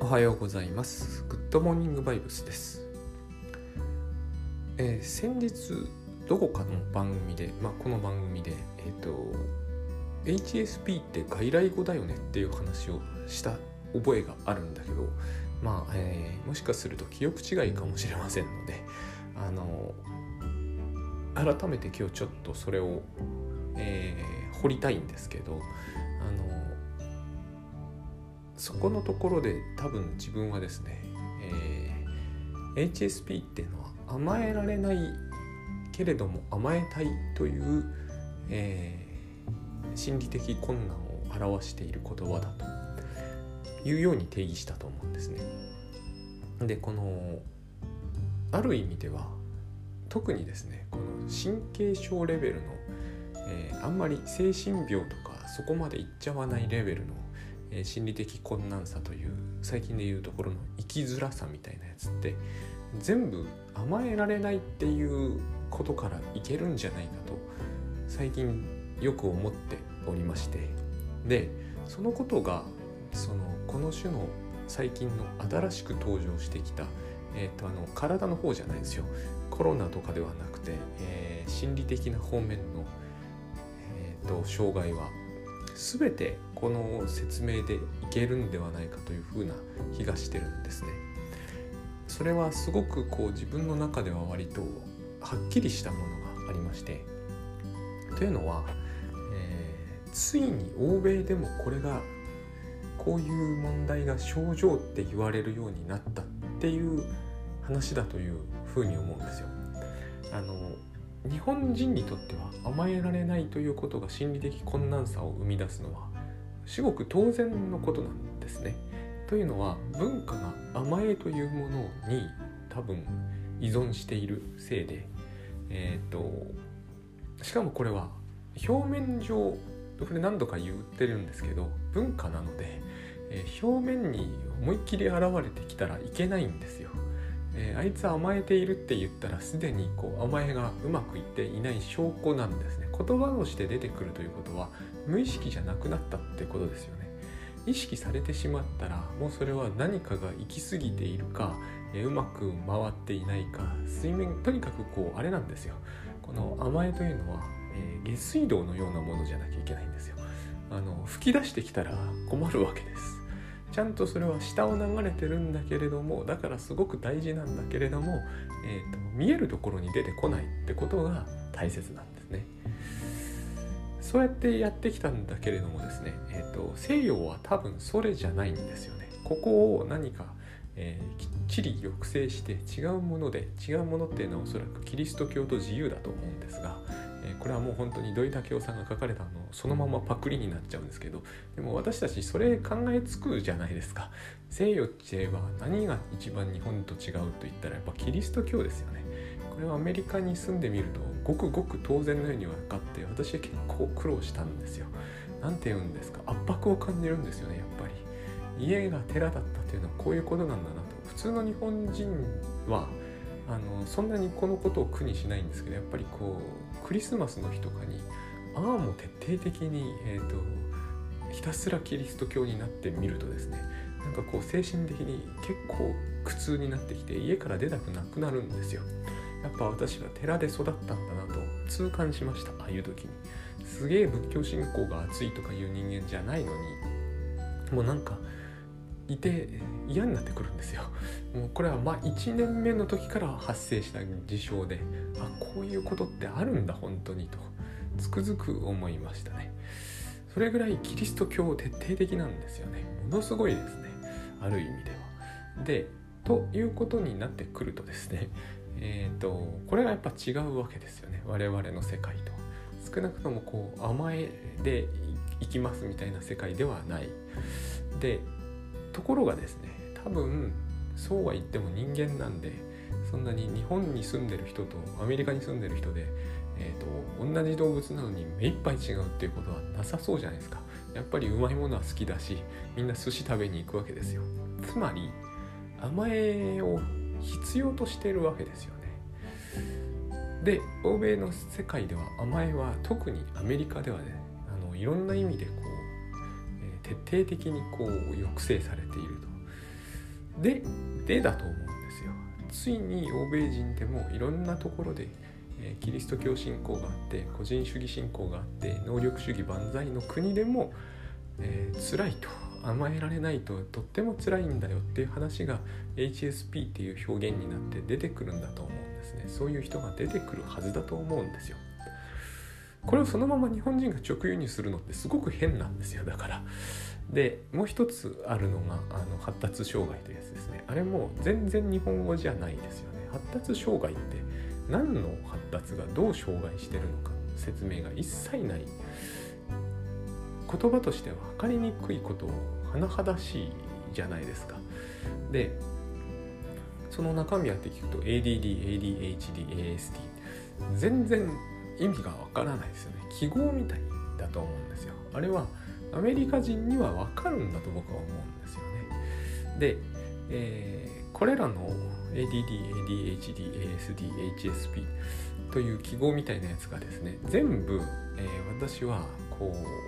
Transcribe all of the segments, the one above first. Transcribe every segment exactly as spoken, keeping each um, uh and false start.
おはようございます。グッドモーニングバイブスです。えー、先日どこかの番組で、まあ、この番組で、えーと、エイチエスピー って外来語だよねっていう話をした覚えがあるんだけど、まあえー、もしかすると記憶違いかもしれませんので、あの改めて今日ちょっとそれを、えー、掘りたいんですけど、あのそこのところで多分自分はですね、えー、エイチエスピー っていうのは甘えられないけれども甘えたいという、えー、心理的困難を表している言葉だというように定義したと思うんですね。で、このある意味では特にですね、この神経症レベルの、えー、あんまり精神病とかそこまでいっちゃわないレベルの心理的困難さという最近でいうところの生きづらさみたいなやつって全部甘えられないっていうことからいけるんじゃないかと最近よく思っておりまして、でそのことがそのこの種の最近の新しく登場してきた、えー、とあの体の方じゃないですよ、コロナとかではなくて、えー、心理的な方面の、えー、と障害は全てこの説明でいけるんではないかというふうな気がしてるんですね。それはすごくこう自分の中では割とはっきりしたものがありまして、というのは、えー、ついに欧米でもこれがこういう問題が症状って言われるようになったっていう話だというふうに思うんですよ。あの日本人にとっては甘えられないということが心理的困難さを生み出すのは至極当然のことなんですね。というのは文化が甘えというものに多分依存しているせいで、えーと、しかもこれは表面上、これ何度か言ってるんですけど文化なので、えー、表面に思いっきり現れてきたらいけないんですよ。えー、あいつ甘えているって言ったらすでにこう甘えがうまくいっていない証拠なんですね。言葉として出てくるということは無意識じゃなくなったってことですよね。意識されてしまったらもうそれは何かが行き過ぎているか、えー、うまく回っていないか、水面とにかくこうあれなんですよ。この甘えというのは、えー、下水道のようなものじゃなきゃいけないんですよ。あの吹き出してきたら困るわけです。ちゃんとそれは下を流れてるんだけれども、だからすごく大事なんだけれども、えーと、見えるところに出てこないってことが大切なんですね。そうやってやってきたんだけれどもですね、えーと、西洋は多分それじゃないんですよね。ここを何か、えー、きっちり抑制して違うもので、違うものっていうのはおそらくキリスト教と自由だと思うんですが、これはもう本当に土井武雄さんが書かれたのそのままパクリになっちゃうんですけど、でも私たちそれ考えつくじゃないですか。西洋っては何が一番日本と違うと言ったらやっぱキリスト教ですよね。これはアメリカに住んでみるとごくごく当然のように分かって、私は結構苦労したんですよ。なんて言うんですか、圧迫を感じるんですよね。やっぱり家が寺だったというのはこういうことなんだなと。普通の日本人はあのそんなにこのことを苦にしないんですけど、やっぱりこうクリスマスの日とかにああもう徹底的に、えーと、ひたすらキリスト教になってみるとですね、なんかこう精神的に結構苦痛になってきて家から出たくなくなるんですよ。やっぱ私は寺で育ったんだなと痛感しました。ああいう時にすげえ仏教信仰が熱いとかいう人間じゃないのに、もうなんかいて嫌になってくるんですよ。もうこれはまあいちねんめの時から発生した事象で、あ、こういうことってあるんだ本当にとつくづく思いましたね。それぐらいキリスト教徹底的なんですよね。ものすごいですね、ある意味では。で、ということになってくるとですね、えーとこれがやっぱ違うわけですよね、我々の世界と。少なくともこう甘えでいきますみたいな世界ではない。でところがですね、多分そうは言っても人間なんで、そんなに日本に住んでる人とアメリカに住んでる人で、えーと、同じ動物なのに目いっぱい違うっていうことはなさそうじゃないですか。やっぱりうまいものは好きだし、みんな寿司食べに行くわけですよ。つまり甘えを必要としているわけですよね。で、欧米の世界では甘えは、特にアメリカではね、あのいろんな意味でこう徹底的にこう抑制されていると。 ででだと思うんですよ。ついに欧米人でもいろんなところで、えー、キリスト教信仰があって個人主義信仰があって能力主義万歳の国でも、えー、辛いと甘えられないととっても辛いんだよっていう話が エイチエスピー っていう表現になって出てくるんだと思うんですね。そういう人が出てくるはずだと思うんですよ。これをそのまま日本人が直輸入するのってすごく変なんですよ。だからでもう一つあるのがあの発達障害というやつですね。あれも全然日本語じゃないですよね。発達障害って何の発達がどう障害してるのか説明が一切ない、言葉としては分かりにくいことを甚だしいじゃないですか。でその中身やって聞くと エーディーディー、エーディーエイチディー、エーエスディー 全然意味がわからないですよね。記号みたいだと思うんですよ。あれはアメリカ人にはわかるんだと僕は思うんですよね。で、えー、これらの エーディーディー、エーディーエイチディー、エーエスディー、エイチエスピー という記号みたいなやつがですね、全部、えー、私はこ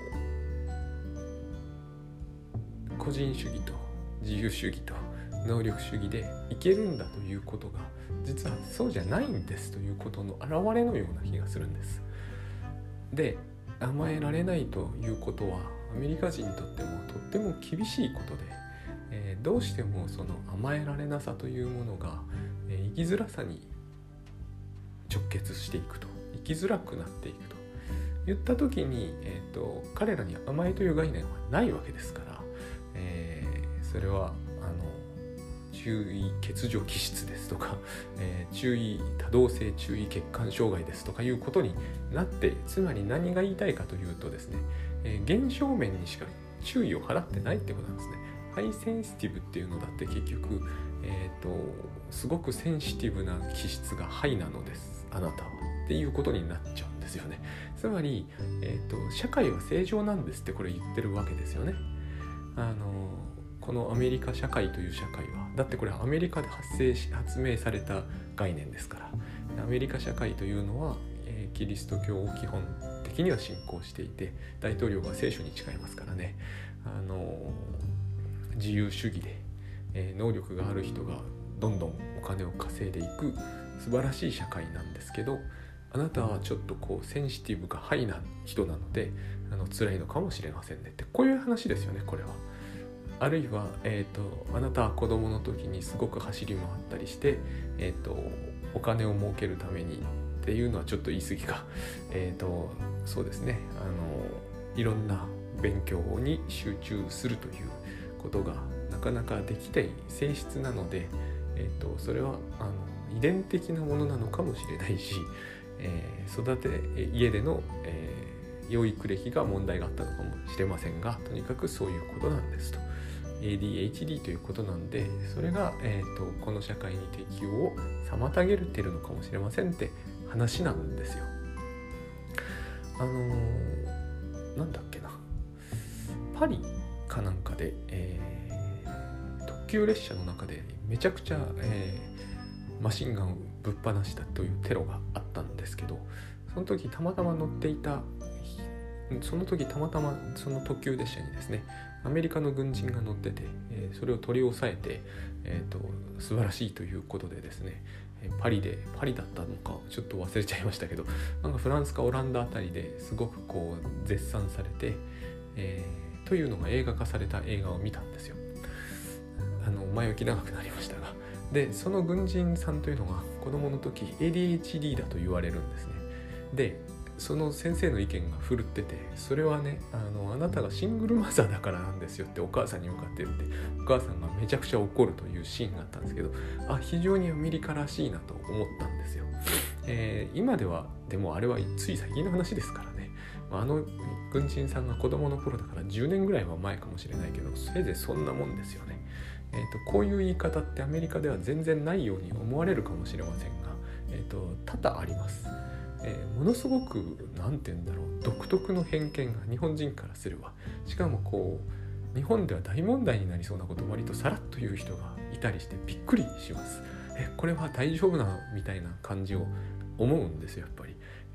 う個人主義と自由主義と能力主義でいけるんだということが実はそうじゃないんですということの表れのような気がするんです。で、甘えられないということはアメリカ人にとってもとっても厳しいことで、えー、どうしてもその甘えられなさというものが、えー、生きづらさに直結していくと、生きづらくなっていくと言った時に、えーと、彼らに甘えという概念はないわけですから、えー、それはあの注意欠如気質ですとか、えー、注意多動性注意欠陥障害ですとかいうことになって、つまり何が言いたいかというとですね、えー、現象面にしか注意を払ってないってことなんですね。ハイセンシティブっていうのだって結局、えーと、すごくセンシティブな気質がハイなのですあなたはっていうことになっちゃうんですよね。つまり、えーと、社会は正常なんですってこれ言ってるわけですよね。あのこのアメリカ社会という社会はだってこれはアメリカで発生し発明された概念ですから、アメリカ社会というのは、えー、キリスト教を基本的には信仰していて、大統領が聖書に誓いますからね、あのー、自由主義で、えー、能力がある人がどんどんお金を稼いでいく素晴らしい社会なんですけど、あなたはちょっとこうセンシティブがハイな人なのであの辛いのかもしれませんねって、こういう話ですよね。これはあるいは、えーと、あなたは子供の時にすごく走り回ったりして、えーと、お金を儲けるためにっていうのはちょっと言い過ぎか、えーと、そうですね、あのいろんな勉強に集中するということがなかなかできない性質なので、えーと、それはあの遺伝的なものなのかもしれないし、えー、育て家での、えー、養育歴が問題があったのかもしれませんが、とにかくそういうことなんですと。エーディーエイチディー ということなんで、それが、えーと、この社会に適応を妨げてるのかもしれませんって話なんですよ。あのー、なんだっけな、パリかなんかで、えー、特急列車の中でめちゃくちゃ、えー、マシンガンをぶっ放したというテロがあったんですけど、その時たまたま乗っていたその時たまたまその特急列車にですね、アメリカの軍人が乗ってて、えー、それを取り押さえて、えーと、素晴らしいということでですね、パリでパリだったのかちょっと忘れちゃいましたけど、なんかフランスかオランダあたりですごくこう絶賛されて、えー、というのが映画化された映画を見たんですよ。あの前置き長くなりましたが、でその軍人さんというのが子供の時 エーディーエイチディー だと言われるんですね。でその先生の意見が振るってて、それはね、あのあなたがシングルマザーだからなんですよってお母さんに向かって言って、お母さんがめちゃくちゃ怒るというシーンがあったんですけど、あ、非常にアメリカらしいなと思ったんですよ。えー、今ではでもあれはつい最近の話ですからね、あの軍人さんが子供の頃だからじゅうねんぐらいは前かもしれないけど、せいぜいそんなもんですよね。えーと、こういう言い方ってアメリカでは全然ないように思われるかもしれませんが、えーと、多々あります。えー、ものすごくなんて言うんだろう、独特の偏見が日本人からすれば、しかもこう日本では大問題になりそうなことを割とさらっと言う人がいたりしてびっくりします。えこれは大丈夫なのみたいな感じを思うんですよ。やっぱり、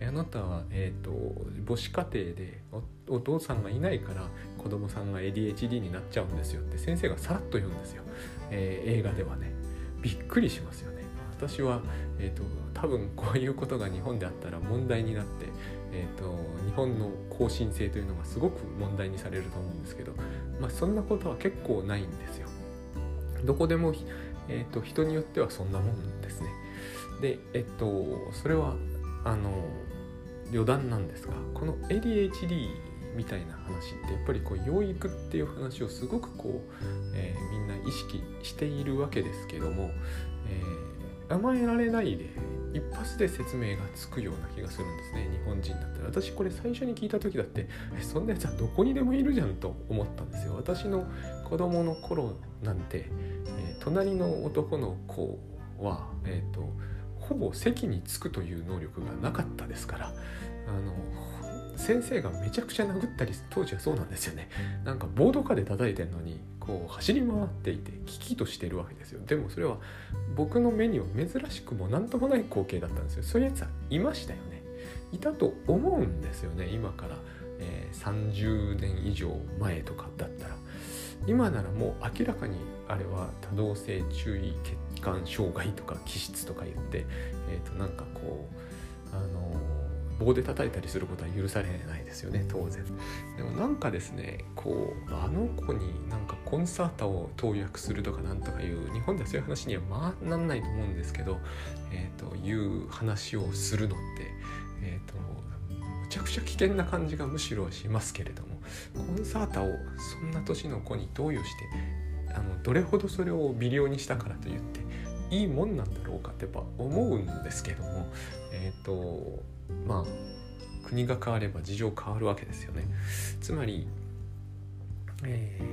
あなたは、えーと、母子家庭で お, お父さんがいないから子供さんが エーディーエイチディー になっちゃうんですよって先生がさらっと言うんですよ、えー、映画ではね。びっくりしますよね。私は、えーと、多分こういうことが日本であったら問題になって、えーと、日本の更新性というのがすごく問題にされると思うんですけど、まあ、そんなことは結構ないんですよ。どこでも、えーと、人によってはそんなもんですね。で、えっと、それはあの余談なんですが、この エーディーエイチディー みたいな話ってやっぱりこう養育っていう話をすごくこう、えー、みんな意識しているわけですけども、えー、甘えられないで一発で説明がつくような気がするんですね、日本人だったら。私これ最初に聞いた時だってえそんなやつはどこにでもいるじゃんと思ったんですよ。私の子供の頃なんて、えー、隣の男の子は、えーとほぼ席につくという能力がなかったですから、あの先生がめちゃくちゃ殴ったり、当時はそうなんですよね。なんかボードカーで叩いてるのにこう走り回っていて危機としてるわけですよ。でもそれは僕の目には珍しくもなんともない光景だったんですよ。そういうやつはいましたよね。いたと思うんですよね。今から、えー、さんじゅうねん以上前とかだったら。今ならもう明らかにあれは多動性注意欠陥障害とか気質とか言って、えーとなんかこうあの棒で叩いたりすることは許されないですよね、当然。でもなんかですね、こうあの子になんかコンサータを投薬するとかなんとかいう日本ではそういう話にはまあなんないと思うんですけど、えーという話をするのって、えーとむちゃくちゃ危険な感じがむしろしますけれども、コンサータをそんな年の子に投与してあのどれほどそれを微量にしたからといっていいもんなんだろうかってやっぱ思うんですけども、えっとまあ国が変われば事情変わるわけですよね。つまり、え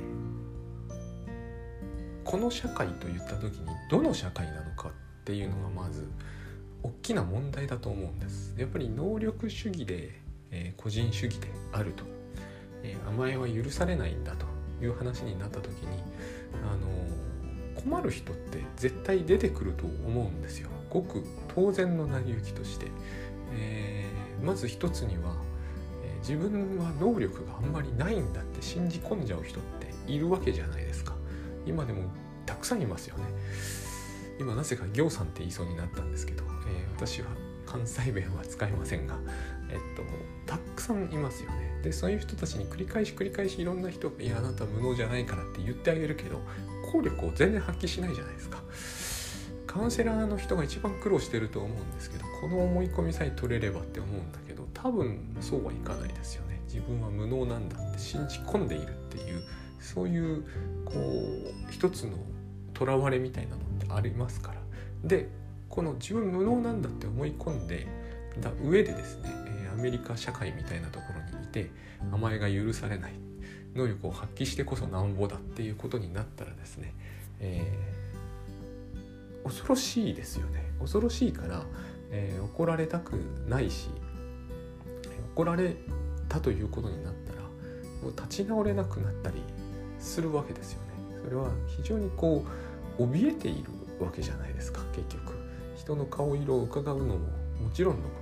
ー、この社会といった時にどの社会なのかっていうのがまず大きな問題だと思うんです。やっぱり能力主義で、えー、個人主義であると、えー、甘えは許されないんだという話になった時に、あのー、困る人って絶対出てくると思うんですよ。ごく当然の成り行きとして、えー、まず一つには、えー、自分は能力があんまりないんだって信じ込んじゃう人っているわけじゃないですか。今でもたくさんいますよね。今なぜか行さんって言いそうになったんですけど、えー、私は関西弁は使いませんが、えっとたくさんいますよね。でそういう人たちに繰り返し繰り返しいろんな人がいやあなた無能じゃないからって言ってあげるけど効力を全然発揮しないじゃないですか。カウンセラーの人が一番苦労してると思うんですけど、この思い込みさえ取れればって思うんだけど、多分そうはいかないですよね。自分は無能なんだって信じ込んでいるっていう、そういうこう一つの囚われみたいなのってありますから。でこの自分無能なんだって思い込んでた上でですね、えー、アメリカ社会みたいなところにいて甘えが許されない、能力を発揮してこそなんぼだっていうことになったらですね、えー、恐ろしいですよね。恐ろしいから、えー、怒られたくないし、怒られたということになったらもう立ち直れなくなったりするわけですよね。それは非常にこう怯えているわけじゃないですか。結局人の顔色を伺うのももちろんのこと、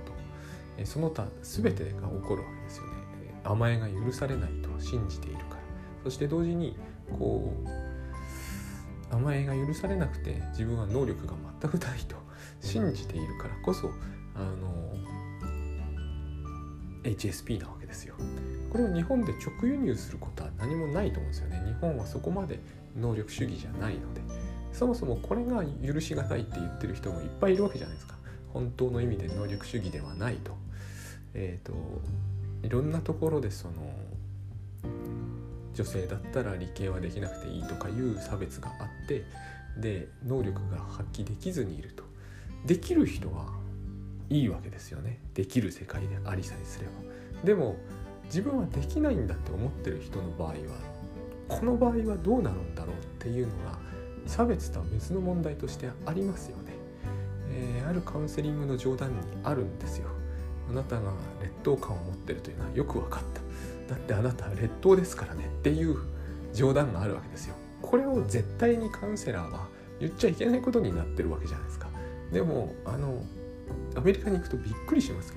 その他全てが起こるわけですよね。甘えが許されないと信じているから。そして同時にこう甘えが許されなくて自分は能力が全くないと信じているからこそあの エイチエスピー なわけですよ。これを日本で直輸入することは何もないと思うんですよね。日本はそこまで能力主義じゃないので、そもそもこれが許しがたいって言ってる人もいっぱいいるわけじゃないですか。本当の意味で能力主義ではないと。えーと、いろんなところでその女性だったら理系はできなくていいとかいう差別があって、で能力が発揮できずにいると。できる人はいいわけですよね。できる世界でありさえすれば。でも自分はできないんだって思ってる人の場合は、この場合はどうなるんだろうっていうのが差別とは別の問題としてありますよね。えー、あるカウンセリングの冗談にあるんですよ。あなたが劣等感を持ってるというのはよく分かった。だってあなたは劣等ですからねっていう冗談があるわけですよ。これを絶対にカウンセラーは言っちゃいけないことになってるわけじゃないですか。でもあのアメリカに行くとびっくりしますけど、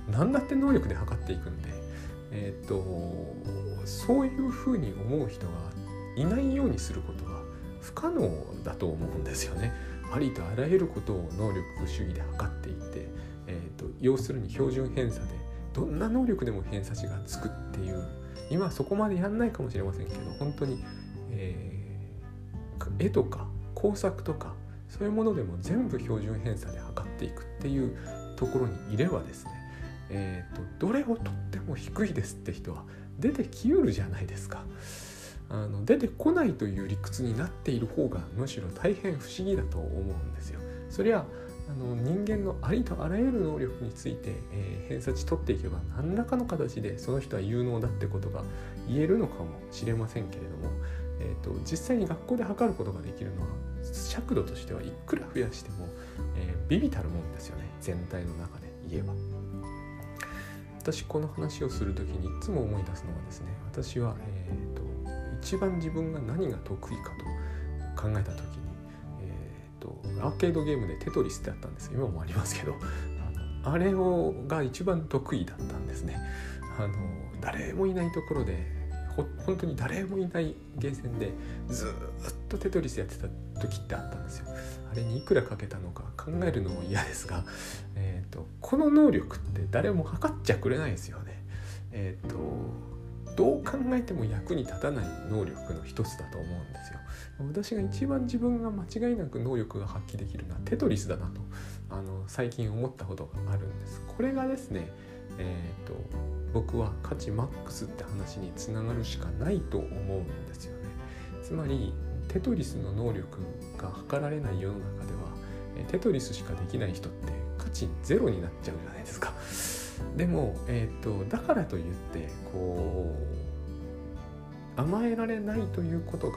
何だって能力で測っていくんで、えー、とそういうふうに思う人がいないようにすることは不可能だと思うんですよね。ありとあらゆることを能力主義で測っていって、えー、と要するに標準偏差でどんな能力でも偏差値がつくっていう、今はそこまでやんないかもしれませんけど、本当に、えー、絵とか工作とかそういうものでも全部標準偏差で測っていくっていうところにいればですね、えー、とどれをとっても低いですって人は出てきうるじゃないですか。あの出てこないという理屈になっている方がむしろ大変不思議だと思うんですよ。そりゃあの人間のありとあらゆる能力について、えー、偏差値取っていけば何らかの形でその人は有能だってことが言えるのかもしれませんけれども、えー、と実際に学校で測ることができるのは尺度としてはいくら増やしても、えー、微々たるもんですよね。全体の中で言えば。私この話をするときにいつも思い出すのはですね、私は、えー、と一番自分が何が得意かと考えたときに、えー、とアーケードゲームでテトリスってあったんです。今もありますけど、あのあれをが一番得意だったんですね。あの誰もいないところでほ本当に誰もいないゲーセンでずっとテトリスやってた時ってあったんですよ。あれにいくらかけたのか考えるのも嫌ですが、えー、とこの能力って誰も測っちゃくれないですよね。えー、とどう考えても役に立たない能力の一つだと思うんですよ。私が一番自分が間違いなく能力が発揮できるのはテトリスだなとあの最近思ったことがあるんです。これがですね、えー、と僕は価値マックスって話につながるしかないと思うんですよね。つまりテトリスの能力が測られない世の中ではテトリスしかできない人って価値ゼロになっちゃうじゃないですか。でも、えー、とだからといってこう甘えられないということが、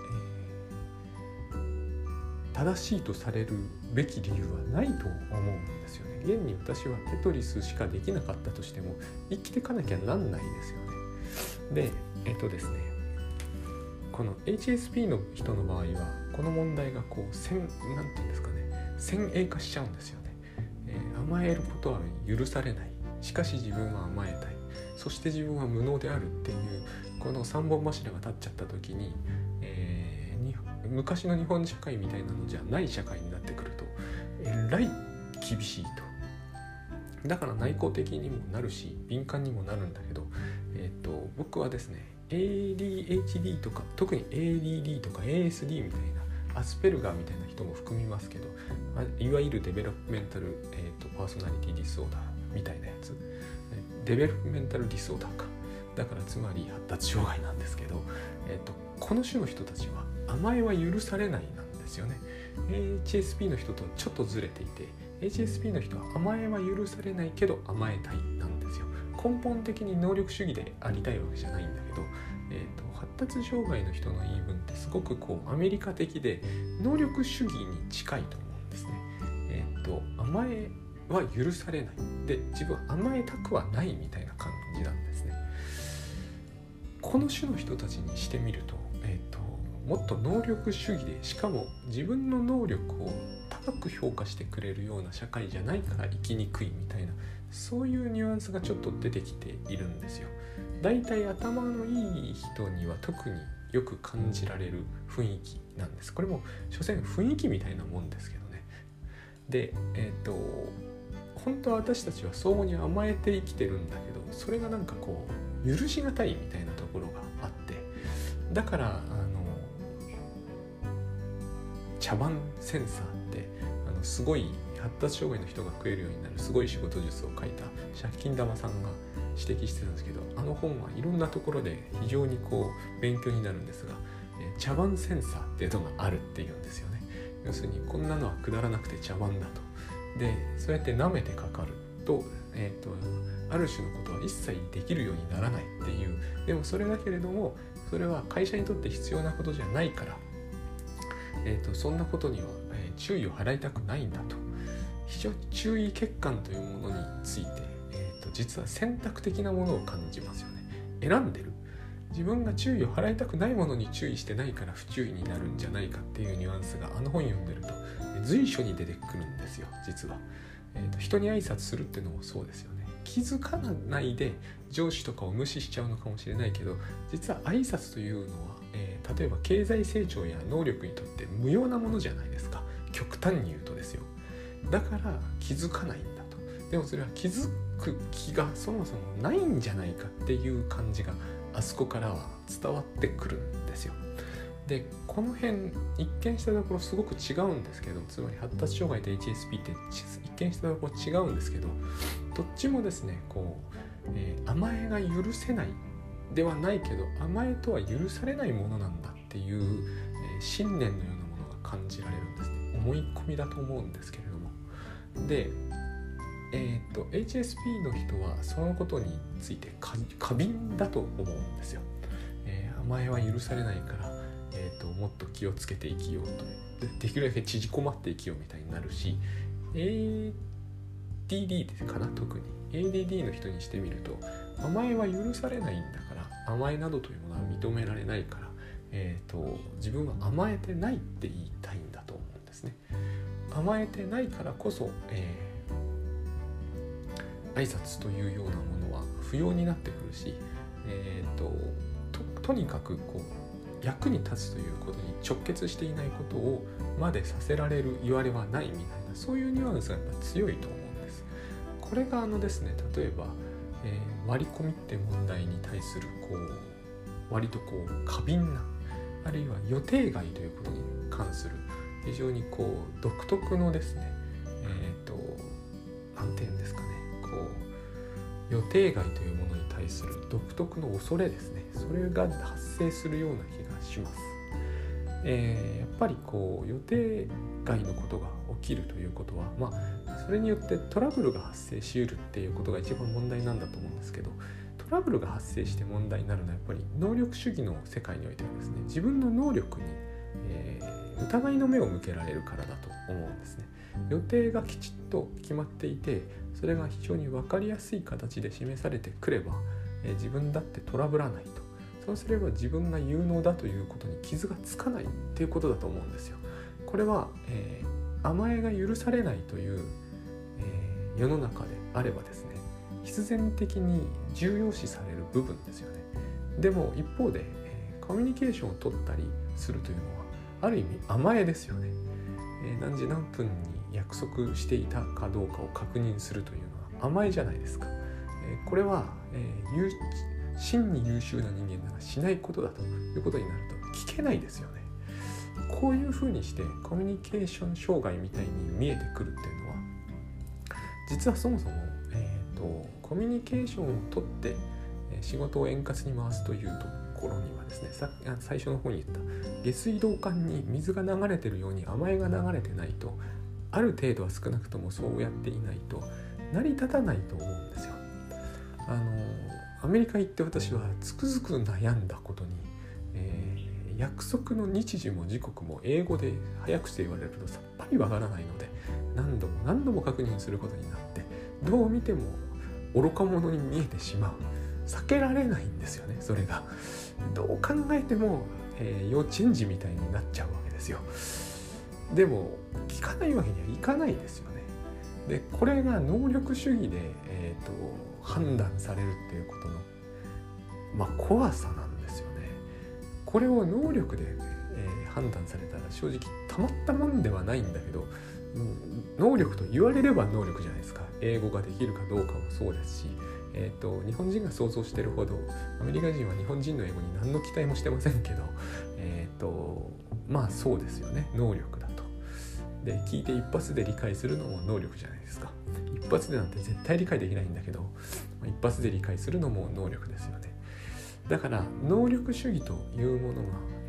えー、正しいとされるべき理由はないと思うんですよね。現に私はテトリスしかできなかったとしても生きてかなきゃなんないですよね。で、えっとですねこの エイチエスピー の人の場合はこの問題がこう先なんていうんですかね先鋭化しちゃうんですよね。えー、甘えることは許されない。しかし自分は甘えたい。そして自分は無能であるっていうこの三本柱が立っちゃった時に、えー、に昔の日本社会みたいなのじゃない社会になってくるとえらい厳しいと。だから内向的にもなるし敏感にもなるんだけど、えー、と僕はですね エーディーエイチディー とか特に エーディーディー とか エーエスディー みたいなアスペルガーみたいな人も含みますけど、いわゆるデベロップメンタル、えー、とパーソナリティディスオーダーみたいなやつ、デベロップメンタルディスオーダーか、だからつまり発達障害なんですけど、えー、とこの種の人たちは甘えは許されないなんですよね。 エイチエスピー の人とちょっとずれていて、 エイチエスピー の人は甘えは許されないけど甘えたいなんですよ。根本的に能力主義でありたいわけじゃないんだけど、えー、と発達障害の人の言い分ってすごくこうアメリカ的で能力主義に近いと思うんですね。えー、と甘えは許されないで自分は甘えたくはないみたいな感じなんですね。この種の人たちにしてみると、えー、ともっと能力主義でしかも自分の能力を高く評価してくれるような社会じゃないから生きにくいみたいな、そういうニュアンスがちょっと出てきているんですよ。だいたい頭のいい人には特によく感じられる雰囲気なんです。これも所詮雰囲気みたいなもんですけどね。で、えっと本当は私たちは相互に甘えて生きてるんだけど、それがなんかこう許しがたいみたいなところがあって、だからあの茶番センサーってあのすごい発達障害の人が食えるようになるすごい仕事術を書いた借金玉さんが指摘してたんですけど、あの本はいろんなところで非常にこう勉強になるんですが、えー、茶番センサーっていうのがあるっていうんですよね。要するにこんなのはくだらなくて茶番だと。でそうやって舐めてかかると、えーと、ある種のことは一切できるようにならないっていう。でもそれだけれどもそれは会社にとって必要なことじゃないから、えーと、そんなことには、えー、注意を払いたくないんだと。非常に注意欠陥というものについて、えーと、実は選択的なものを感じますよね。選んでる。自分が注意を払いたくないものに注意してないから不注意になるんじゃないかっていうニュアンスがあの本読んでると随所に出てくるんですよ実は。えーと、人に挨拶するっていうのもそうですよね。 気づかないで上司とかを無視しちゃうのかもしれないけど、実は挨拶というのは、えー、例えば経済成長や能力にとって無用なものじゃないですか。極端に言うとですよ。だから気づかないんだと。でもそれは気づく気がそもそもないんじゃないかっていう感じがあそこからは伝わってくるんですよ。でこの辺一見したところすごく違うんですけど、つまり発達障害と エイチエスピー って一見したところ違うんですけど、どっちもですねこう、えー、甘えが許せないではないけど、甘えとは許されないものなんだっていう、えー、信念のようなものが感じられるんですね。思い込みだと思うんですけれども、でえー、と エイチエスピー の人はそのことについて過敏だと思うんですよ。えー、甘えは許されないから、えー、ともっと気をつけて生きようと、 で, できるだけ縮こまって生きようみたいになるし、 エーディーディー かな、特に エーディーディー の人にしてみると、甘えは許されないんだから、甘えなどというものは認められないから、えー、と自分は甘えてないって言いたいんだと思うんですね。甘えてないからこそ、えー挨拶というようなものは不要になってくるし、えー、と, と, とにかくこう役に立つということに直結していないことをまでさせられる言われはないみたいな、そういうニュアンスがやっぱ強いと思うんです。これがあのですね、例えば、えー、割り込みって問題に対するこう割とこう過敏な、あるいは予定外ということに関する非常にこう独特のですね、えー、となんていうんですかね、こう予定外というものに対する独特の恐れですね、それが発生するような気がします。えー、やっぱりこう予定外のことが起きるということは、まあそれによってトラブルが発生しうるっていうことが一番問題なんだと思うんですけど、トラブルが発生して問題になるのはやっぱり能力主義の世界においてはですね、自分の能力に、えー、疑いの目を向けられるからだと思うんですね。予定がきちっと決まっていて、それが非常に分かりやすい形で示されてくれば、えー、自分だってトラブらないと。そうすれば自分が有能だということに傷がつかないっていうことだと思うんですよ。これは、えー、甘えが許されないという、えー、世の中であればですね、必然的に重要視される部分ですよね。でも一方で、えー、コミュニケーションを取ったりするというのはある意味甘えですよね。えー、何時何分に約束していたかどうかを確認するというのは甘えじゃないですか。えー、これは、えー、優真に優秀な人間ならしないことだということになると聞けないですよね。こういうふうにしてコミュニケーション障害みたいに見えてくるっていうのは、実はそもそも、えーと、コミュニケーションをとって仕事を円滑に回すというところにはですね、さ最初の方に言った下水道管に水が流れてるように甘えが流れてないと、ある程度は少なくともそうやっていないと成り立たないと思うんですよ。あのアメリカ行って私はつくづく悩んだことに、えー、約束の日時も時刻も英語で早口で言われるとさっぱりわからないので、何度も何度も確認することになって、どう見ても愚か者に見えてしまう。避けられないんですよね。それがどう考えても、えー、幼稚園児みたいになっちゃうわけですよ。でも聞かないわけにはいかないですよね。でこれが能力主義で、えーと、判断されるっていうことの、まあ、怖さなんですよね。これを能力で、えー、判断されたら正直たまったもんではないんだけど、能力と言われれば能力じゃないですか。英語ができるかどうかもそうですし、えーと、日本人が想像しているほどアメリカ人は日本人の英語に何の期待もしてませんけど、えーと、まあそうですよね。能力だと。で聞いて一発で理解するのも能力じゃないですか。一発でなんて絶対理解できないんだけど、一発で理解するのも能力ですよね。だから能力主義というものが、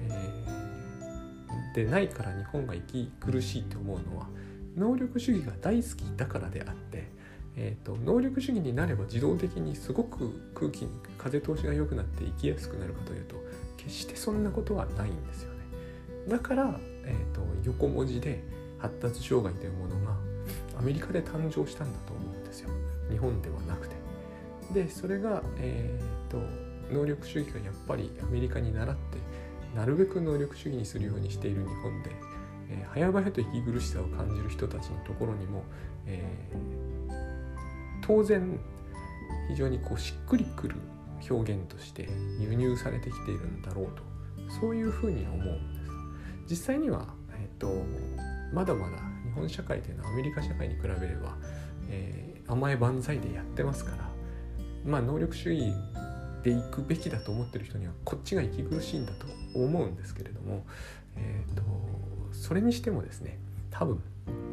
えー、でないから日本が生き苦しいと思うのは、能力主義が大好きだからであって、えーと、能力主義になれば自動的にすごく空気に風通しが良くなって生きやすくなるかというと、決してそんなことはないんですよね。だから、えーと、横文字で発達障害というものがアメリカで誕生したんだと思うんですよ。日本ではなくて。でそれが、えーと、能力主義がやっぱりアメリカに倣ってなるべく能力主義にするようにしている日本で、えー、早々と息苦しさを感じる人たちのところにも、えー、当然、 非常にこうしっくりくる表現として輸入されてきているんだろうと、そういうふうに思うんです。実際には、えー、とまだまだ日本社会というのはアメリカ社会に比べれば、えー、甘え万歳でやってますから、まあ能力主義でいくべきだと思ってる人にはこっちが息苦しいんだと思うんですけれども、えー、とそれにしてもですね、多分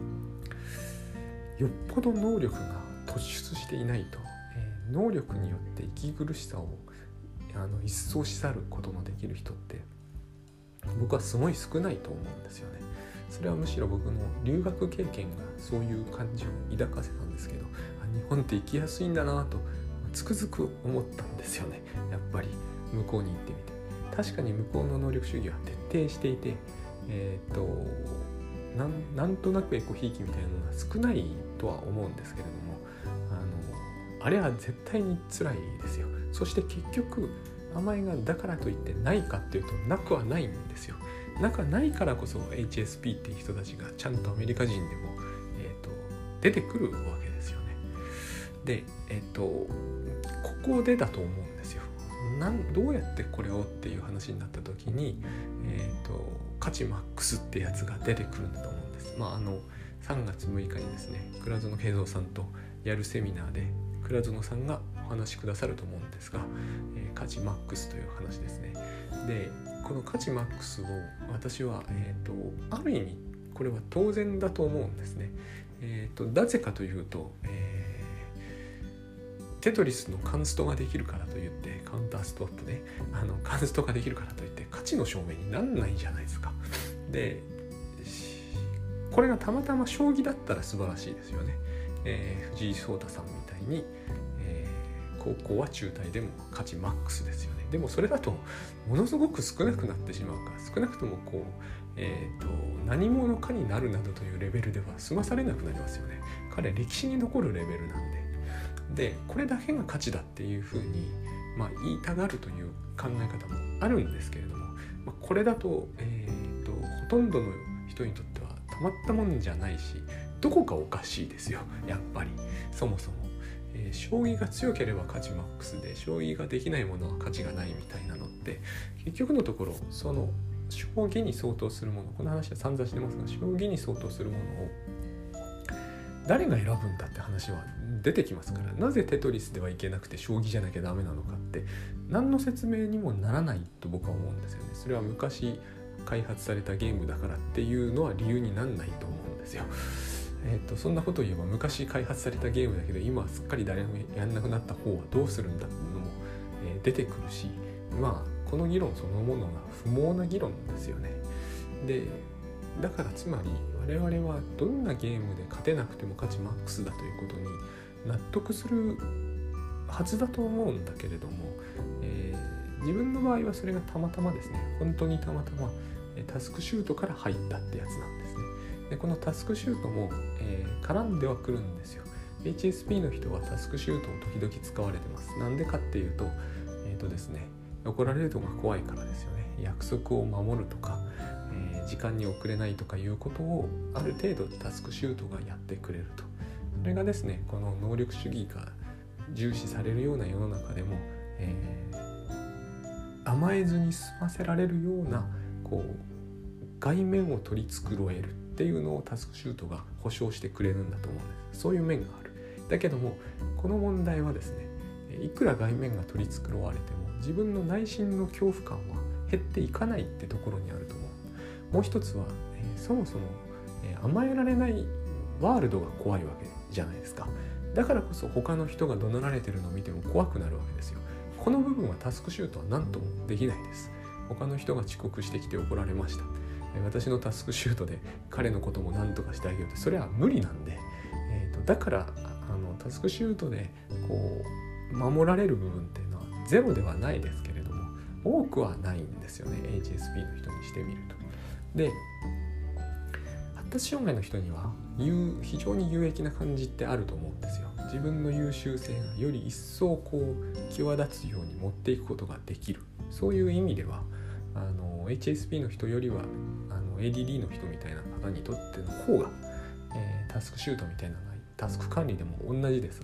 よっぽど能力が突出していないと、えー、能力によって息苦しさをあの一掃し去ることのできる人って僕はすごい少ないと思うんですよね。それはむしろ僕の留学経験がそういう感じを抱かせたんですけど、あ、日本って行きやすいんだなとつくづく思ったんですよね。やっぱり向こうに行ってみて、確かに向こうの能力主義は徹底していて、えー、となん、なんとなくエコひいきみたいなのが少ないとは思うんですけれども、あのあれは絶対に辛いですよ。そして結局甘えがだからといってないかっていうとなくはないんですよ。なくはないからこそ エイチエスピー っていう人たちがちゃんとアメリカ人でも、えー、と出てくるわけですよね。で、えっ、ー、とここでだと思うんですよ。なんどうやってこれをっていう話になった時に、えー、と価値マックスってやつが出てくるんだと思うんです。まああのさんがつむいかにですね、倉園平三さんとやるセミナーで倉園さんがお話しくださると思うんですが、えー、価値マックスという話ですね。で、この価値マックスを私は、えー、とある意味これは当然だと思うんですね。えー、となぜかというと、えー、テトリスのカンストができるからといって、カウンターストップね、あのカンストができるからといって価値の証明になんないじゃないですか。で、これがたまたま将棋だったら素晴らしいですよね。えー、藤井聡太さんみたいに、えー、高校は中退でも価値マックスですよね。でもそれだとものすごく少なくなってしまうから、少なくともこう、えーと、何者かになるなどというレベルでは済まされなくなりますよね。彼歴史に残るレベルなんで。で、これだけが価値だっていうふうに、まあ、言いたがるという考え方もあるんですけれども、まあ、これだと、えーと、ほとんどの人にとってはたまったもんじゃないし、どこかおかしいですよ、やっぱり。そもそも、えー、将棋が強ければ価値マックスで、将棋ができないものは価値がないみたいなのって、結局のところその将棋に相当するもの、この話は散々してますが、将棋に相当するものを誰が選ぶんだって話は出てきますから、なぜテトリスではいけなくて将棋じゃなきゃダメなのかって何の説明にもならないと僕は思うんですよね。それは昔開発されたゲームだからっていうのは理由にならないと思うんですよ。えーと、そんなことを言えば昔開発されたゲームだけど今はすっかり誰もやんなくなった方はどうするんだっていうのも、えー、出てくるし、まあこの議論そのものが不毛な議論ですよね。で、だからつまり我々はどんなゲームで勝てなくても価値マックスだということに納得するはずだと思うんだけれども、えー、自分の場合はそれがたまたまですね、本当にたまたまタスクシュートから入ったってやつなんですね。で、このタスクシュートも、えー、絡んではくるんですよ。エイチエスピー の人はタスクシュートを時々使われてます。なんでかっていうと、えーとですね、怒られるのが怖いからですよね。約束を守るとか、えー、時間に遅れないとかいうことをある程度タスクシュートがやってくれると。それがですね、この能力主義が重視されるような世の中でも、えー、甘えずに済ませられるようなこう外面を取り繕えるっていうのをタスクシュートが保証してくれるんだと思うんです。そういう面がある。だけどもこの問題はですね、いくら外面が取り繕われても自分の内心の恐怖感は減っていかないってところにあると思う。もう一つは、えー、そもそも、えー、甘えられないワールドが怖いわけじゃないですか。だからこそ他の人が怒鳴られてるのを見ても怖くなるわけですよ。この部分はタスクシュートは何ともできないです。他の人が遅刻してきて怒られました。私のタスクシュートで彼のことも何とかしてあげようって、それは無理なんで、えーと、だからあのタスクシュートでこう守られる部分っていうのはゼロではないですけれども、多くはないんですよね、エイチエスピー の人にしてみると。で、発達障害の人には非常に有益な感じってあると思うんですよ。自分の優秀性がより一層こう際立つように持っていくことができる。そういう意味ではあの エイチエスピー の人よりはあの エーディーディー の人みたいな方にとっての方が、えー、タスクシュートみたいなのはタスク管理でも同じですが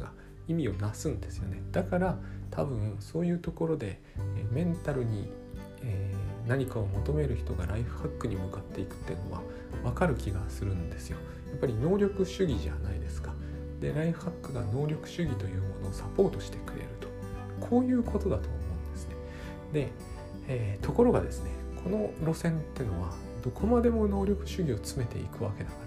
意味をなすんですよね。だから多分そういうところでメンタルに、えー、何かを求める人がライフハックに向かっていくっていうのは分かる気がするんですよ。やっぱり能力主義じゃないですか。でライフハックが能力主義というものをサポートしてくれると、こういうことだと思うんですね。で、えー、ところがですね、この路線ってのはどこまでも能力主義を詰めていくわけだから、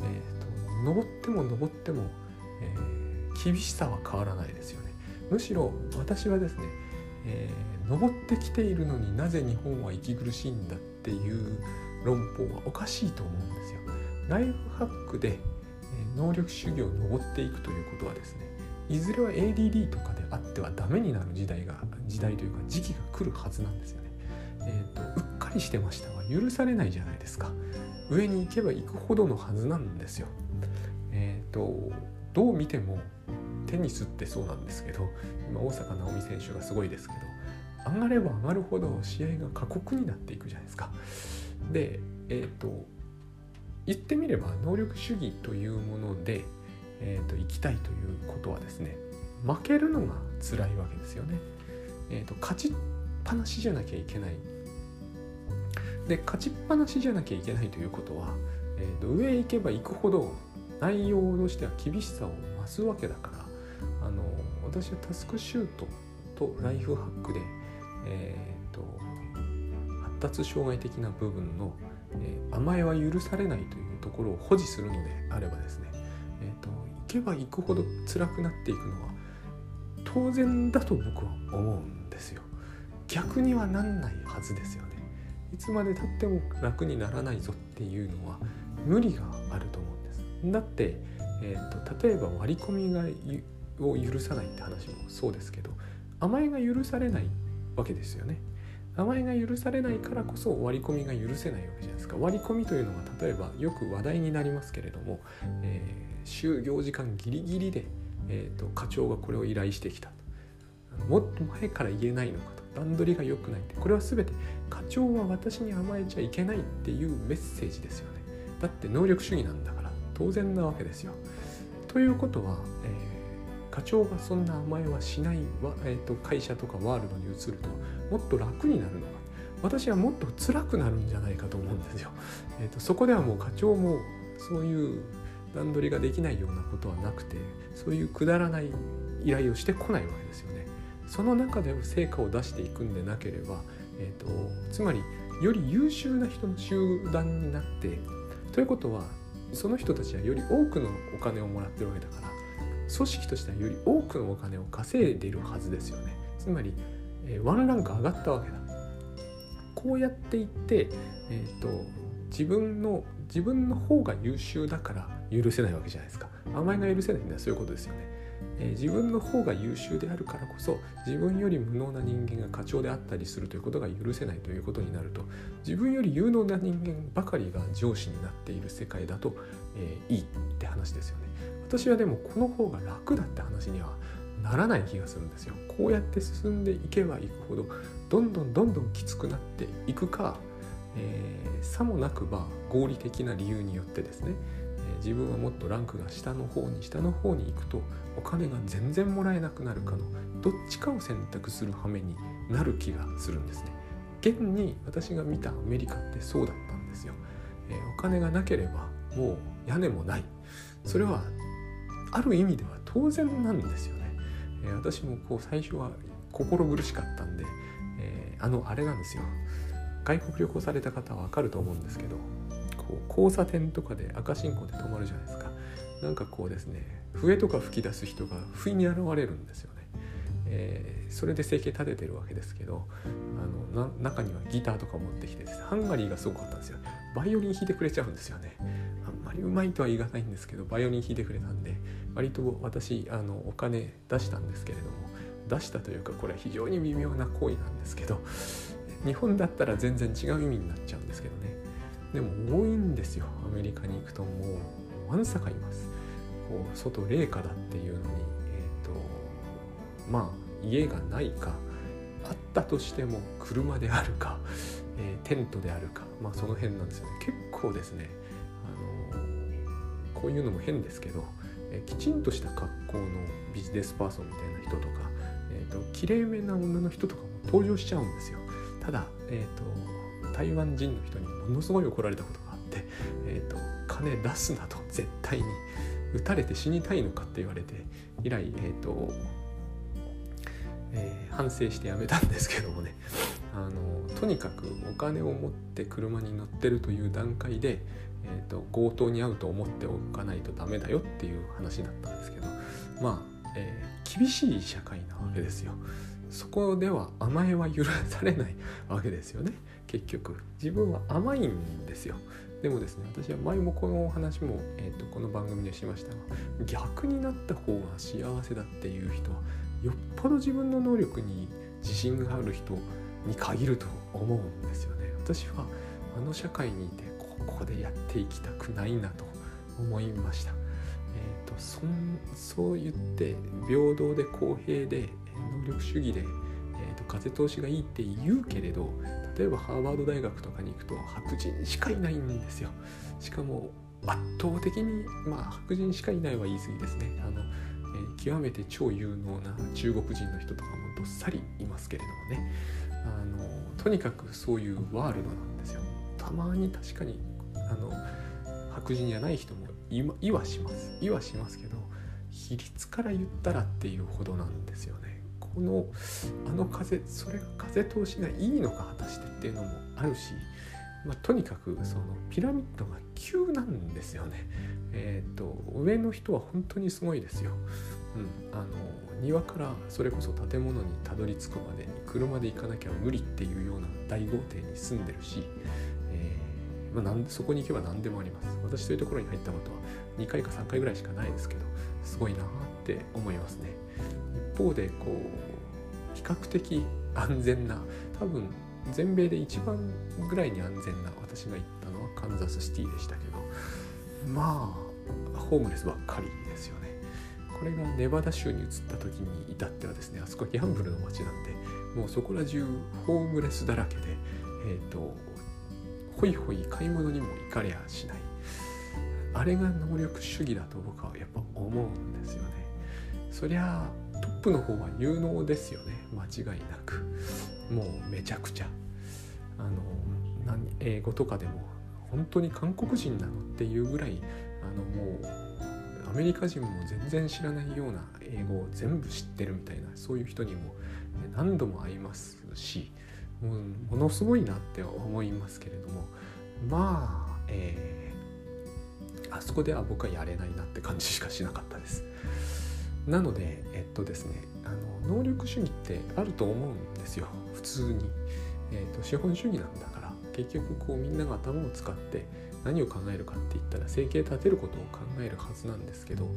えーと、登っても登っても、えー、厳しさは変わらないですよね。むしろ私はですね、えー、登ってきているのになぜ日本は息苦しいんだっていう論法はおかしいと思うんですよ。ライフハックで、えー、能力主義を登っていくということはですね、いずれは エーディーディー とかであってはダメになる時代が時代というか時期が来るはずなんですよね。えーと、うっかりしてましたは許されないじゃないですか。上に行けば行くほどのはずなんですよ。えーと、どう見てもテニスってそうなんですけど、今大坂なおみ選手がすごいですけど、上がれば上がるほど試合が過酷になっていくじゃないですか。で、えーと、言ってみれば能力主義というもので、えーと、行きたいということはですね、負けるのが辛いわけですよね。えーと、勝ちっぱなしじゃなきゃいけない。で、勝ちっぱなしじゃなきゃいけないということは、えーと、上へ行けば行くほど内容としては厳しさを増すわけだから、あの私はタスクシュートとライフハックで、えーと、発達障害的な部分の、えー、甘えは許されないというところを保持するのであればですね、えーと、行けば行くほど辛くなっていくのは当然だと僕は思うんですよ。逆にはなんないはずですよね。いつまで経っても楽にならないぞっていうのは無理があると思うんです。だって、えーと、例えば割り込みがを許さないって話もそうですけど、甘えが許されないわけですよね。甘えが許されないからこそ割り込みが許せないわけじゃないですか。割り込みというのは例えばよく話題になりますけれども、えー、就業時間ギリギリで、えーと、課長がこれを依頼してきた。もっと前から言えないのかと、段取りが良くないって、これは全て課長は私に甘えちゃいけないっていうメッセージですよね。だって能力主義なんだから当然なわけですよ。ということは、えー、課長がそんな甘えはしない、えーと、会社とかワールドに移るともっと楽になるのか、私はもっと辛くなるんじゃないかと思うんですよ。えーと、そこではもう課長もそういう段取りができないようなことはなくて、そういうくだらない依頼をしてこないわけですよね。その中で成果を出していくんでなければ、えーと、つまりより優秀な人の集団になって、ということはその人たちはより多くのお金をもらってるわけだから、組織としてはより多くのお金を稼いでいるはずですよね。つまり、えー、ワンランク上がったわけだ。こうやっていって、えーと、自分の自分の方が優秀だから許せないわけじゃないですか。甘えが許せないのはそういうことですよね。えー、自分の方が優秀であるからこそ自分より無能な人間が課長であったりするということが許せないということになると、自分より有能な人間ばかりが上司になっている世界だと、えー、いいって話ですよね。私はでもこの方が楽だって話にはならない気がするんですよ。こうやって進んでいけばいくほどどんどんどんどんきつくなっていくか、えー、さもなくば合理的な理由によってですね、自分はもっとランクが下の方に下の方に行くとお金が全然もらえなくなるかのどっちかを選択する羽目になる気がするんですね。現に私が見たアメリカってそうだったんですよ。えー、お金がなければもう屋根もない。それはある意味では当然なんですよね。えー、私もこう最初は心苦しかったんで、えー、あのあれなんですよ。外国旅行された方は分かると思うんですけど、こう交差点とかで赤信号で止まるじゃないですか。なんかこうですね、笛とか吹き出す人が不意に現れるんですよね。えー、それで生計立ててるわけですけど、あのな中にはギターとか持ってきてですね、ハンガリーがすごかったんですよ。バイオリン弾いてくれちゃうんですよね。あんまりうまいとは言い難いんですけど、バイオリン弾いてくれたんで、割と私あのお金出したんですけれども、出したというかこれは非常に微妙な行為なんですけど、日本だったら全然違う意味になっちゃうんですけどね。でも多いんですよ。アメリカに行くともうわんさかいます。こう外冷夏だっていうのに、えーとまあ家がないか、あったとしても車であるか、えー、テントであるか、まあその辺なんですよね。結構ですね、あのー、こういうのも変ですけど、 えー、きちんとした格好のビジネスパーソンみたいな人とか、えーと、綺麗めな女の人とかも登場しちゃうんですよ。ただ、えーと、台湾人の人にものすごい怒られたことがあって、えーと、金出すなと、絶対に撃たれて死にたいのかって言われて、以来、えーとえー、反省してやめたんですけどもね、あのとにかくお金を持って車に乗ってるという段階で、えーと、強盗に遭うと思っておかないとダメだよっていう話だったんですけど、まあ、えー、厳しい社会なわけですよ。そこでは甘えは許されないわけですよね。結局自分は甘いんですよ。でもですね、私は前もこのお話も、えーと、この番組でしましたが、逆になった方が幸せだっていう人はよっぽど自分の能力に自信がある人に限ると思うんですよね。私はあの社会にいてここでやっていきたくないなと思いました。えーと、そんそう言って平等で公平で能力主義で、えーと、風通しがいいって言うけれど、例えばハーバード大学とかに行くと白人しかいないんですよ。しかも圧倒的に、まあ白人しかいないは言い過ぎですね。あの、えー、極めて超有能な中国人の人とかもどっさりいますけれどもね、あのとにかくそういうワールドなんですよ。たまに確かにあの白人じゃない人もいはしますいはしますけど、比率から言ったらっていうほどなんですよね。このあの風それが風通しがいいのか果たしてっていうのもあるし、まあ、とにかくそのピラミッドが急なんですよね。えーと、上の人は本当にすごいですよ。うん、あの庭からそれこそ建物にたどり着くまでに車で行かなきゃ無理っていうような大豪邸に住んでるし、えーまあ、なんそこに行けば何でもあります。私というところに入ったことはにかいかさんかいぐらいしかないですけど、すごいなって思いますね。一方でこう比較的安全な、多分全米で一番ぐらいに安全な、私が行ったのはカンザスシティでしたけど、まあホームレスばっかりですよね。これがネバダ州に移った時に至ってはですね、あそこギャンブルの街なんで、もうそこら中ホームレスだらけで、えっとホイホイ買い物にも行かれやしない。あれが能力主義だと僕はやっぱ思うんですよね。そりゃトップの方は有能ですよね、間違いなく。もうめちゃくちゃあの何英語とかでも本当に韓国人なのっていうぐらい、あのもうアメリカ人も全然知らないような英語を全部知ってるみたいな、そういう人にも何度も会いますし、もうものすごいなって思いますけれども、まあ、えー、あそこでは僕はやれないなって感じしかしなかったです。なのでえっとですねあの能力主義ってあると思うんですよ、普通に。えーと、資本主義なんだから、結局こうみんなが頭を使って何を考えるかって言ったら生計立てることを考えるはずなんですけど、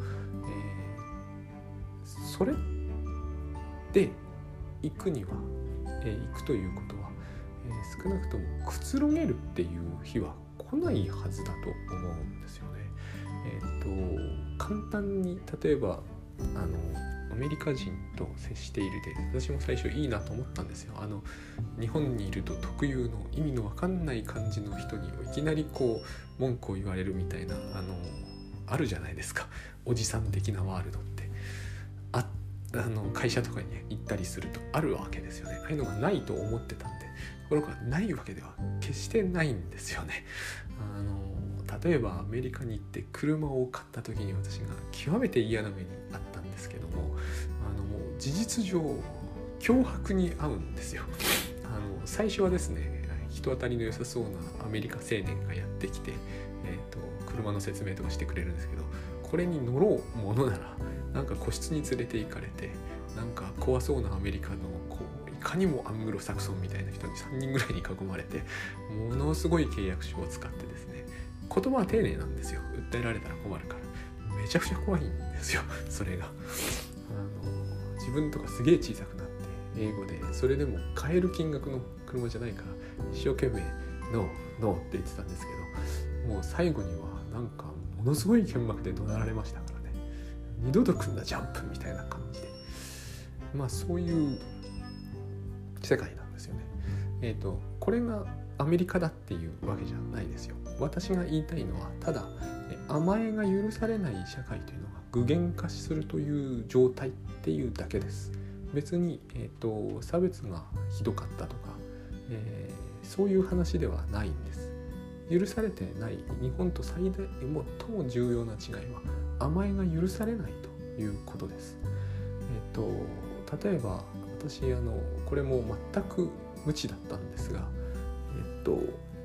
えー、それで行くには、えー、行くということは、えー、少なくともくつろげるっていう日は来ないはずだと思うんですよね。えーと、簡単に例えばあのアメリカ人と接しているで、私も最初いいなと思ったんですよ。あの日本にいると特有の意味のわかんない感じの人にいきなりこう文句を言われるみたいな、あのあるじゃないですか、おじさん的なワールドって。ああの会社とかに行ったりするとあるわけですよね。ああいうのがないと思ってたんで、これがないわけでは決してないんですよね。あの例えばアメリカに行って車を買った時に私が極めて嫌な目にあったんですけども、あのもう事実上脅迫に遭うんですよ。あの最初はですね、人当たりの良さそうなアメリカ青年がやってきて、えーと、車の説明とかしてくれるんですけど、これに乗ろうものならなんか個室に連れて行かれて、なんか怖そうなアメリカのこういかにもアングロサクソンみたいな人にさんにんぐらいに囲まれて、ものすごい契約書を使ってですね、言葉は丁寧なんですよ。訴えられたら困るから。めちゃくちゃ怖いんですよ、それが。あの自分とかすげえ小さくなって英語で、それでも買える金額の車じゃないから一生懸命ノーノーって言ってたんですけど、もう最後にはなんかものすごい剣幕で怒鳴られましたからね。二度と来んなジャンプみたいな感じで、まあそういう世界なんですよね。えっとこれがアメリカだっていうわけじゃないですよ。私が言いたいのはただ甘えが許されない社会というのが具現化するという状態っていうだけです。別に、えーと、差別がひどかったとか、えー、そういう話ではないんです。許されてない日本と最大最も重要な違いは甘えが許されないということです。えーと、例えば私あのこれも全く無知だったんですが、えっと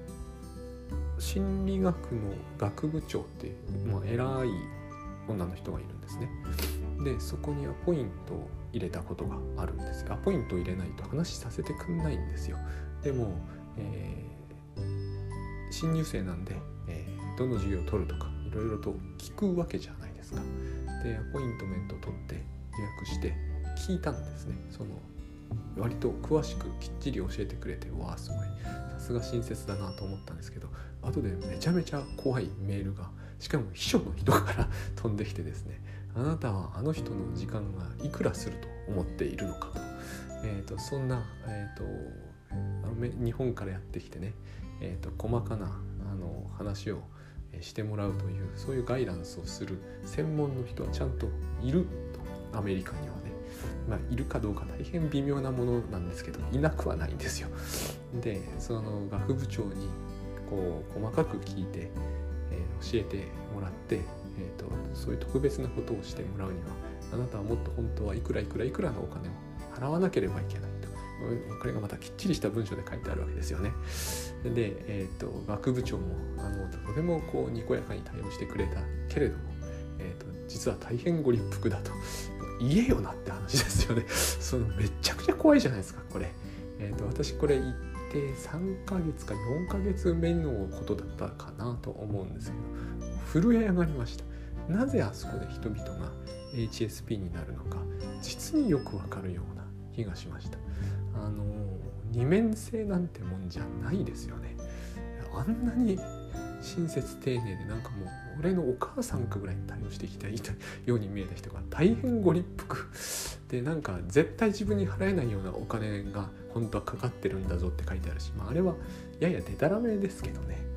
心理学の学部長って、まあ、偉い女の人がいるんですね。でそこにアポイントを入れたことがあるんですよ。アポイントを入れないと話させてくんないんですよ。でも、えー、新入生なんで、えー、どの授業を取るとかいろいろと聞くわけじゃないですか。でアポイントメントを取って予約して聞いたんですね。その割と詳しくきっちり教えてくれて、わあすごいさすが親切だなと思ったんですけど、後でめちゃめちゃ怖いメールが、しかも秘書の人から飛んできてですね、あなたはあの人の時間がいくらすると思っているのかと、えーとそんな、えーと日本からやってきてね、えーと細かなあの話をしてもらうという、そういうガイダンスをする専門の人はちゃんといると、アメリカにはね、まあ、いるかどうか大変微妙なものなんですけど、いなくはないんですよ。でその学部長にこう細かく聞いて、えー、教えてもらって、えーと、そういう特別なことをしてもらうには、あなたはもっと本当はいくらいくらいくらのお金を払わなければいけないと、これがまたきっちりした文章で書いてあるわけですよね。で、えーと、学部長もあのとてもこうにこやかに対応してくれたけれども、えーと、実は大変ご立腹だと、言えよなって話ですよね。そのめちゃくちゃ怖いじゃないですかこれ。えーと、私これ言ってさんかげつかよんかげつめのことだったかなと思うんですけど、震え上がりました。なぜあそこで人々が エイチエスピー になるのか、実によくわかるような気がしました。あの二面性なんてもんじゃないですよね。あんなに親切丁寧で、なんかもう俺のお母さんかぐらいに対応してきたように見えた人が大変ご立腹で、なんか絶対自分に払えないようなお金が本当はかかってるんだぞって書いてあるし、まあ、あれはややデタラメですけどね、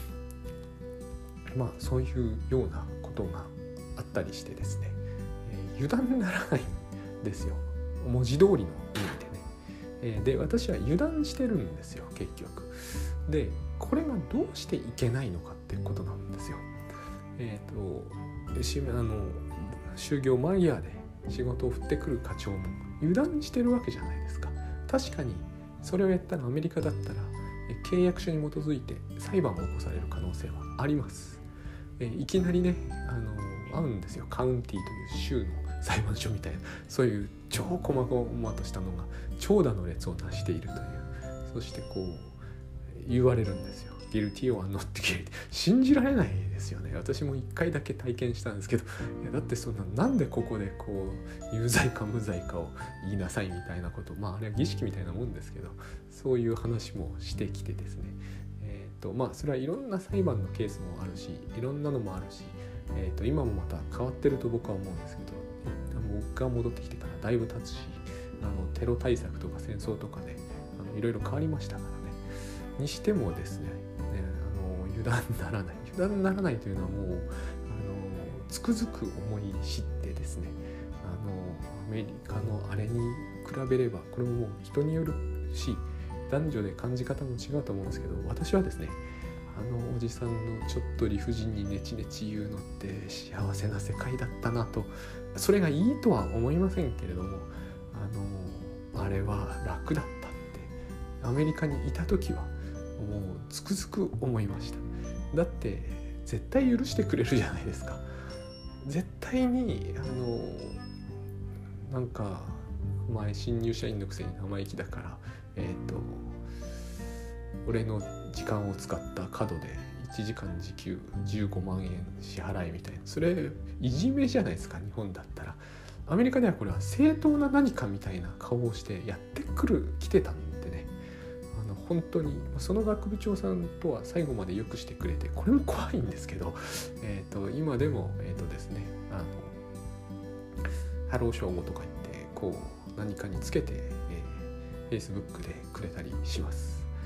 まあそういうようなことがあったりしてですね、えー、油断ならないんですよ、文字通りの意味でね。えー、で私は油断してるんですよ結局。でこれがどうしていけないのかってことなんですよ。えっとしあの就業間際で仕事を振ってくる課長も油断してるわけじゃないですか。確かにそれをやったらアメリカだったら契約書に基づいて裁判を起こされる可能性はあります。えいきなりねあの会うんですよ。カウンティという州の裁判所みたいな、そういう超細々としたのが長蛇の列を成しているという、そしてこう言われるんですよ。ギルティオアノッティギルティ、信じられないですよね。私も一回だけ体験したんですけど、いやだってそんななんでここでこう有罪か無罪かを言いなさいみたいなこと、まああれは儀式みたいなもんですけど、そういう話もしてきてですね、えーとまあそれはいろんな裁判のケースもあるし、いろんなのもあるし、えーと今もまた変わってると僕は思うんですけど、僕が戻ってきてからだいぶ経つし、あのテロ対策とか戦争とかね、あのいろいろ変わりましたからね。にしてもですね、ねあの油断ならない油断ならないというのはもうあのつくづく思い知ってですね、あのアメリカのあれに比べれば、これももう人によるし男女で感じ方も違うと思うんですけど、私はですね、あのおじさんのちょっと理不尽にネチネチ言うのって幸せな世界だったなと、それがいいとは思いませんけれども、あのあれは楽だったってアメリカにいた時はもうつくづく思いました。だって絶対許してくれるじゃないですか。絶対にあのなんか前新入社員のくせに生意気だからえっと俺の時間を使った角でいちじかん時給じゅうごまんえん支払いみたいな、それいじめじゃないですか。日本だったら。アメリカではこれは正当な何かみたいな顔をしてやってくる来てたんでね、あの本当にその学部長さんとは最後までよくしてくれて、これも怖いんですけど、えー、と今でもえっ、ー、とですねあのハローショーゴとか言ってこう何かにつけて、えー、Facebook でくれたりします。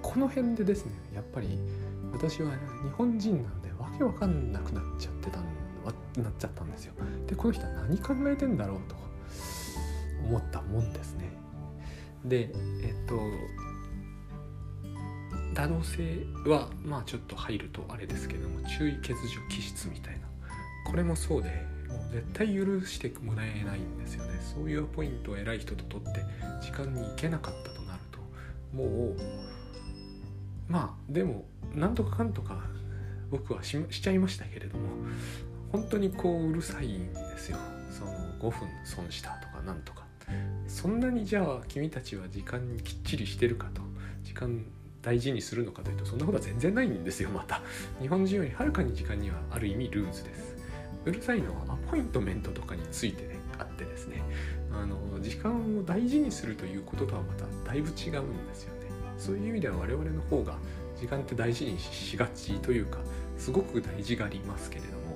この辺でですね、やっぱり私は日本人なのでわけわかんなくなっちゃってたんなっちゃったんですよ。でこの人は何考えてんだろうと思ったもんですね。でえっと多動性はまあちょっと入るとあれですけども、注意欠如気質みたいな、これもそうで、もう絶対許してもらえないんですよね。そういうポイントを偉い人と取って時間に行けなかったとなると、もうまあでもなんとかかんとか僕は し, しちゃいましたけれども、本当にこううるさいんですよ。そのごふん損したとかなんとか、そんなにじゃあ君たちは時間にきっちりしてるかと、時間大事にするのかというと、そんなことは全然ないんですよ。また日本人よりはるかに時間にはある意味ルーズです。うるさいのはアポイントメントとかについて、ね、あってですね、あの時間を大事にするということとはまただいぶ違うんですよね。そういう意味では我々の方が時間って大事に し, しがちというか、すごく大事がありますけれども、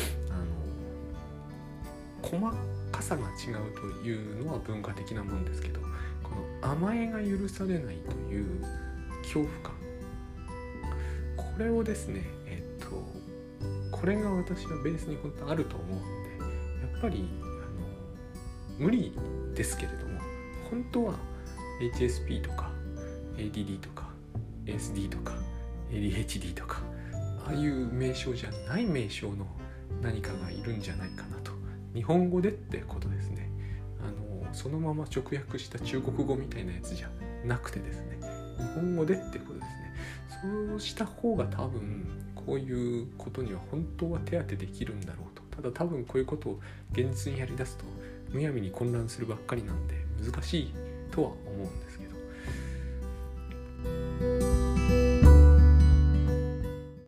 あの細かさが違うというのは文化的なもんですけど、この甘えが許されないという恐怖感、これをですね、えっとこれが私はベースに本当あると思うんで、やっぱりあの無理ですけれども、本当は エイチエスピー とか エーディーディー とか エーエスディー とか エーディーエイチディー とか、ああいう名称じゃない名称の何かがいるんじゃないかなと。日本語でってことですね。あのそのまま直訳した中国語みたいなやつじゃなくてですね、日本語でってことですね。そうした方が多分こういうことには本当は手当てできるんだろうと。ただ多分こういうことを現実にやり出すとむやみに混乱するばっかりなんで難しいとは思うんですけ